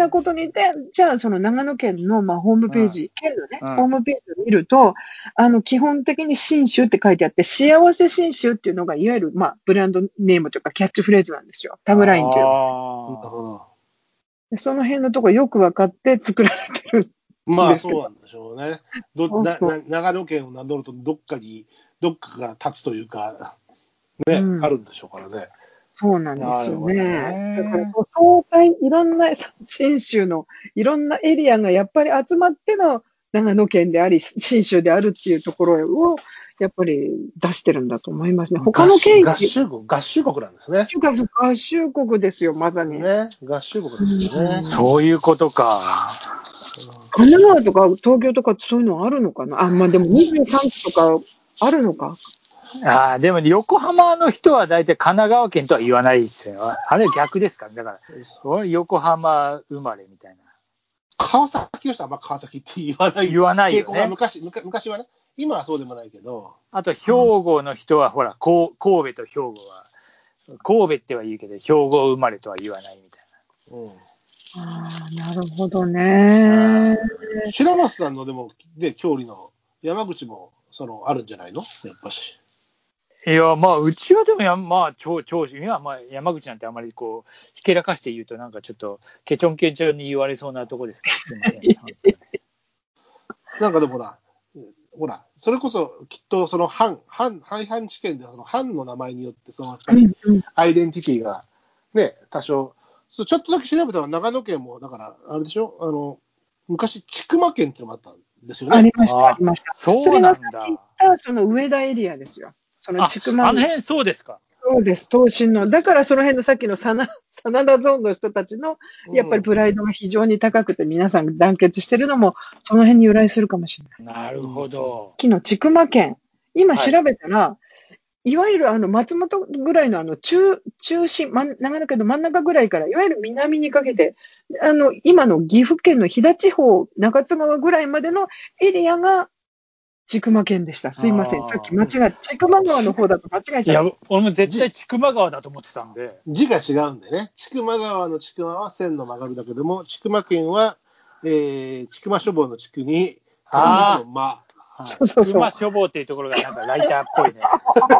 なことにで、じゃあその長野県の、ホームページ、県のね、 うんホームページを見ると、基本的に信州って書いてあって、幸せ信州っていうのが、いわゆる、ブランドネームというかキャッチフレーズなんですよ。タグラインというのが。 なるほど。 でその辺のところよく分かって作られてるまあですけどそうなんでしょうね。 そうそう長野県を名乗るとどっかが立つというか、ね、 うんあるんでしょうからね。 そうなんですよね。 なるほどねだからそう、いろんな、信州のいろんなエリアがやっぱり集まっての長野県であり、信州であるっていうところを、やっぱり出してるんだと思いますね。他の県合衆国なんですね。 合衆国ですよ、まさに。 ね、合衆国ですよね。 そういうことか。 神奈川とか東京とかそういうのあるのかなでも23区とかあるのか。 でも横浜の人は大体神奈川県とは言わないですよ。あれは逆ですから、だから、俺横浜生まれみたいな。 川崎の人はあんま川崎って言わない。 言わないよね傾向が昔はね、今はそうでもないけど。 あと、兵庫の人は、ほら、神戸と兵庫は、神戸っては言うけど、兵庫生まれとは言わないみたいな。 なるほどね。 白松さんのでも、郷里の山口もあるんじゃないのやっぱし。 いや、うちはでも長州、山口なんてあまりひけらかして言うと、なんかちょっと、ケチョンに言われそうなとこですから、すみません。 なんかでもほら、それこそきっと廃藩置県で藩の名前によって、やっぱりアイデンティティがね、多少、ちょっとだけ調べたら長野県も、だから、あれでしょ、昔、千曲県っていうのもあったんですよね。 ありました。 そうなんだ。 それがさっき言った上田エリアですよ。千曲あの辺そうですか。 そうです、東進の。だからその辺のさっきの真田ゾーンの人たちの、やっぱりプライドが非常に高くて、皆さん団結してるのも、その辺に由来するかもしれない。 なるほど。 昨日、千曲県。今調べたら、いわゆる松本ぐらいの中心、長野県の真ん中ぐらいから、いわゆる南にかけて、今の岐阜県の飛騨地方、中津川ぐらいまでのエリアが、千曲県でした。すいません。さっき間違えて、千曲川の方だと間違えちゃった。 俺も絶対千曲川だと思ってたんで。 字が違うんでね。千曲川の千曲は線の曲がるだけでも、千曲県は、千曲書房の地区に、の間。 そう。 千曲書房っていうところがなんかライターっぽいね。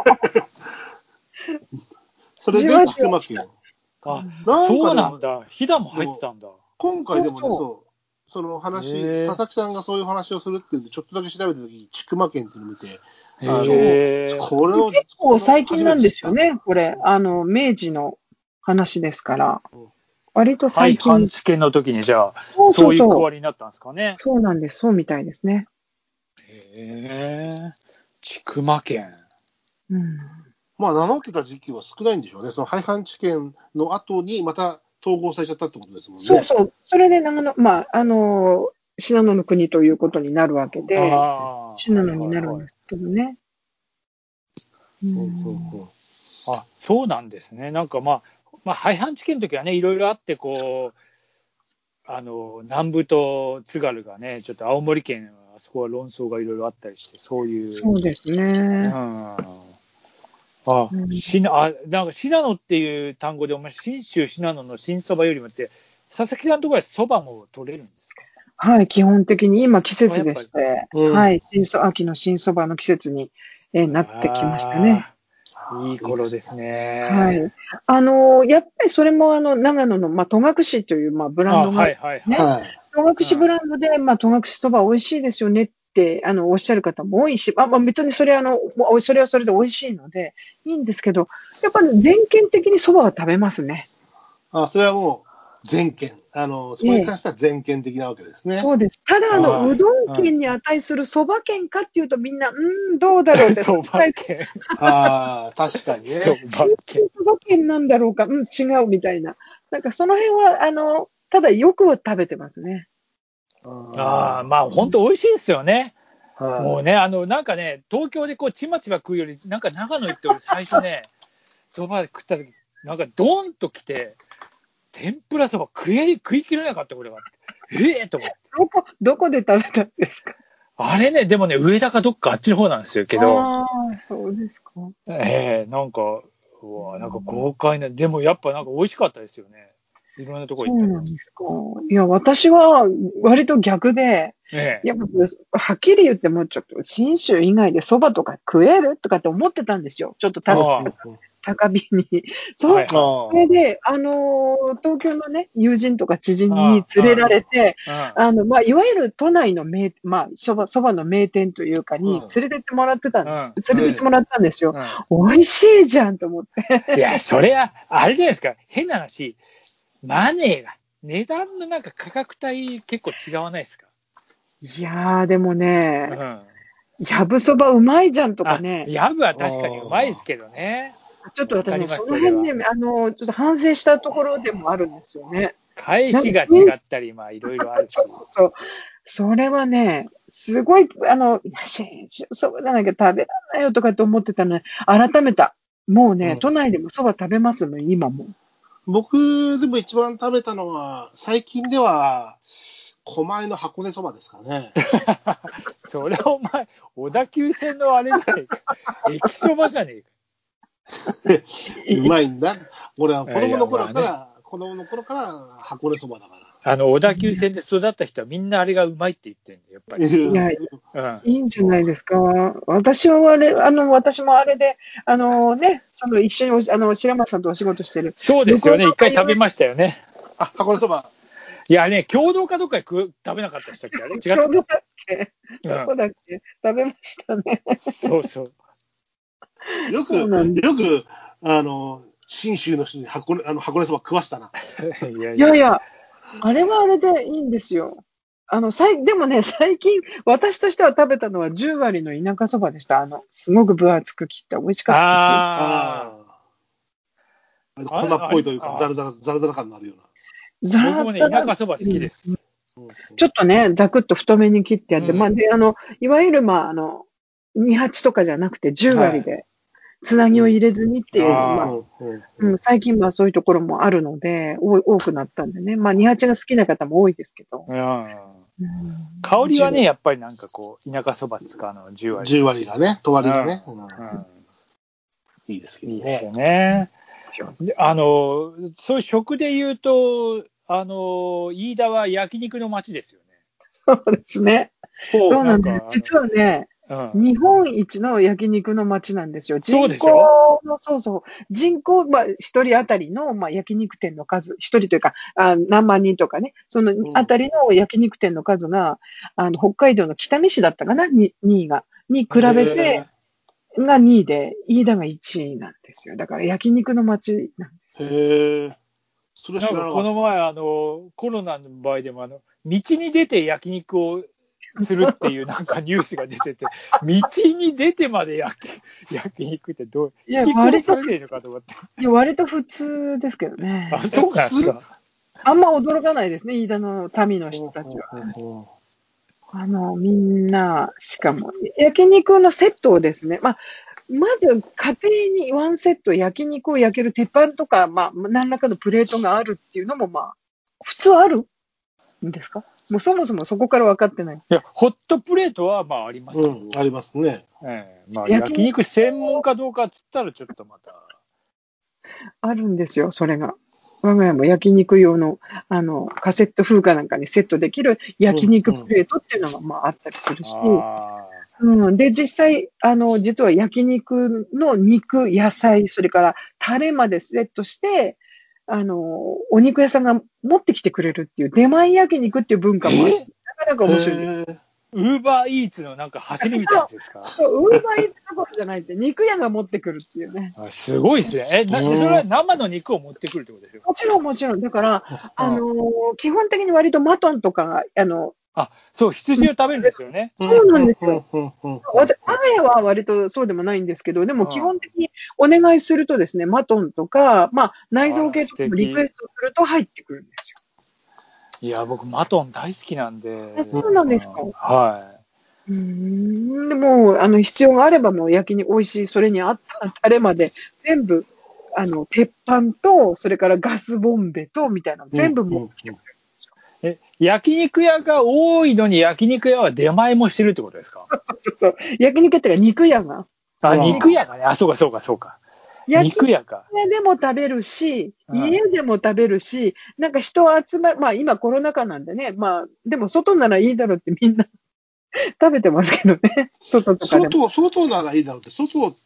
それで千曲県。 そうなんだ。飛騨も入ってたんだ。 今回でもね、その話、佐々木さんがそういう話をするっていうんで、ちょっとだけ調べたときに、千曲県っていうのを見て、これを結構最近なんですよね、これ。明治の話ですから。割と最近。 廃藩置県の時に、じゃあ、そういう区割りになったんですかね。 そうなんです。そうみたいですね。 千曲県。 名乗ってた時期は少ないんでしょうね。その廃藩置県の後に、また統合されちゃったってことですもんね。 そう。それで信濃の国ということになるわけで、信濃になるんですけどね。 そうなんですね。なんか廃藩置県の時はね、いろいろあって、南部と津軽がね、ちょっと青森県、あそこは論争がいろいろあったりして、そういう。 そうですね。 なんか信濃っていう単語で、信州信濃の新そばよりもって、佐々木さんのところはそばも取れるんですか？ はい、基本的に今季節でして、はい、秋の新そばの季節になってきましたね。 いい頃ですね。 はい。やっぱりそれも長野の、戸隠というブランドが、戸隠ブランドで、戸隠そば美味しいですよねって、おっしゃる方も多いし、別にそれそれはそれで美味しいので、いいんですけど、やっぱり全県的にそばは食べますね。 それはもう、全県。そこに関しては全県的なわけですね。 そうです。ただ、うどん県に値するそば県かっていうと、みんな、どうだろうって。 そば県。 確かにね。 そば県なんだろうか、違うみたいな。なんかその辺は、ただよくは食べてますね。 本当美味しいですよね。もうね、なんかね、東京でちまちま食うより、なんか長野行って俺最初ね、そば食った時、なんかドーンと来て、天ぷらそば食い切れなかったことがあって、と思って。 どこで食べたんですか？ あれね、でもね、上田かどっかあっちの方なんですよけど。 そうですか。 なんか豪快な、でもやっぱなんか美味しかったですよね。 いろんなとこ行ったり。 そうなんですか。いや、私は割と逆で、やっぱはっきり言ってもちょっと信州以外で蕎麦とか食えるとかって思ってたんですよ。ちょっと高火に。それで、東京のね、友人とか知人に連れられて、いわゆる都内の蕎麦の名店というかに連れてってもらったんですよ。美味しいじゃんと思って。 いや、それは、あれじゃないですか。変な話。マネーが、値段のなんか価格帯結構違わないですか？ いやー、でもね、やぶそばうまいじゃんとかね。 やぶは確かにうまいですけどね。 ちょっと私もその辺ね、ちょっと反省したところでもあるんですよね。 返しが違ったり、いろいろあるし。 そう。それはね、すごい、そばじゃなきゃ食べられないよとかって思ってたのに、改めた。もうね、都内でもそば食べますもん、今も。 僕でも一番食べたのは、最近では、狛江の箱根そばですかね。 それお前、小田急線のあれじゃねえか。駅そばじゃねえか。 うまいんだ。俺は子供の頃から箱根そばだから。 小田急線で育った人はみんなあれがうまいって言ってるんだよ、やっぱり。 いや、いいんじゃないですか。私もあれで、一緒に白松さんとお仕事してる。 そうですよね、一回食べましたよね。 箱根そば。 いやね、共同かどっかで食べなかったでしたっけ？あれ違った？ 共同だっけ？どこだっけ？食べましたね。 そうそう。 よく、信州の人に箱根そば食わしたな。 いや、あれはあれでいいんですよ。でもね、最近、私としては食べたのは10割の田舎そばでした。すごく分厚く切って美味しかったです。 粉っぽいというか、ザラザラ感のあるような。 僕もね、田舎そば好きです。 ちょっとね、ざくっと太めに切ってやって、いわゆる、28とかじゃなくて10割で、つなぎを入れずにっていう、最近はそういうところもあるので、多くなったんでね。28が好きな方も多いですけど。 香りはね、やっぱりなんかこう、田舎そば使うのは10割。 10割がね、と割りがね。いいですけどね。 いいですよね。そういう食で言うと、飯田は焼肉の街ですよね。 そうですね。そうなんです。実はね、日本一の焼肉の街なんですよ。人口、一人当たりの、焼肉店の数、一人というか、何万人とかね、そのあたりの焼肉店の数が、北海道の北見市だったかな、2位が。に比べて、が2位で、飯田が1位なんですよ。だから焼肉の街なんですよ。 へー。それなんかこの前、コロナの場合でも、道に出て焼肉をするっていうなんかニュースが出てて、道に出てまで焼肉ってどう、引き殺されてるのかと思って。 いや、割と普通ですけどね。 そうなんですか。 あんま驚かないですね、飯田の民の人たちは。みんな、しかも、焼肉のセットをですね、まず家庭にワンセット焼肉を焼ける鉄板とか、何らかのプレートがあるっていうのも、普通あるんですか？もうそもそもそこから分かってない。 いや、ホットプレートはありますよ。 ありますね。 焼肉専門かどうかっつったらちょっとまた。 あるんですよ、それが。我が家も焼肉用の、カセット風かなんかにセットできる焼肉プレートっていうのが、あったりするし。で、実際、実は焼肉の肉、野菜、それからタレまでセットして、お肉屋さんが持ってきてくれるっていう、出前焼肉っていう文化もある。なかなか面白い。 ウーバーイーツのなんか走りみたいなやつですか？ そう、ウーバーイーツどころじゃないって、肉屋が持ってくるっていうね。 すごいですね。それは生の肉を持ってくるってことですよ。 もちろん。だから、基本的に割とマトンとか、 そう、羊を食べるんですよね。 そうなんですよ。我が家は割とそうでもないんですけど、でも基本的にお願いするとですね、マトンとか、内臓系とかもリクエストすると入ってくるんですよ。 いや、僕、マトン大好きなんで。 そうなんですか。 はい。 でも、必要があればもう焼肉美味しい、それに合ったタレまで全部、鉄板と、それからガスボンベと、みたいなの全部持ってきてくれるんですよ。 焼肉屋が多いのに焼肉屋は出前もしてるってことですか？ そう。焼肉っていうか肉屋が。 肉屋がね。そうか。 焼き肉屋か。 屋でも食べるし、 うん家でも食べるし、なんか人集まる、まあ今コロナ禍なんでね、まあでも外ならいいだろうってみんな食べてますけどね、外とかでも。 外ならいいだろうって、外って、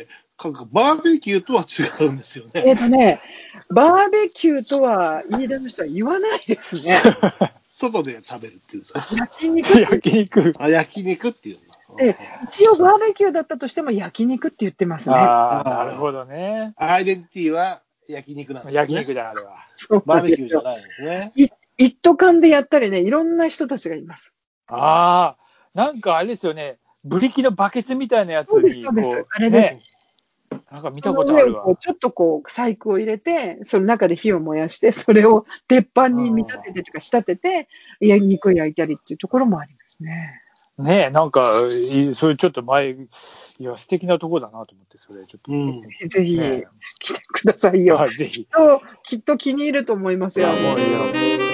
バーベキューとは違うんですよね。 バーベキューとは飯田の人は言わないですね。 外で食べるっていうんですか。 焼肉。 焼肉。 焼肉っていうの。 で、一応バーベキューだったとしても焼肉って言ってますね。 ああ、なるほどね。 アイデンティティは焼肉なんですね。 焼肉だ、あれは。 バーベキューじゃないんですね。 一斗缶でやったりね、いろんな人たちがいます。 ああ、なんかあれですよね、ブリキのバケツみたいなやつにそうです。あれです。 ね、なんか見たことあるわ。 ちょっと細工を入れて、その中で火を燃やして、それを鉄板に見立ててとか仕立てて、肉を焼いたりっていうところもありますね。 ねえ、なんか、それちょっといや、素敵なところだなと思って、それちょっと。 ぜひ、来てくださいよ。 はい、ぜひ。 きっと気に入ると思いますよ。 もういいよ。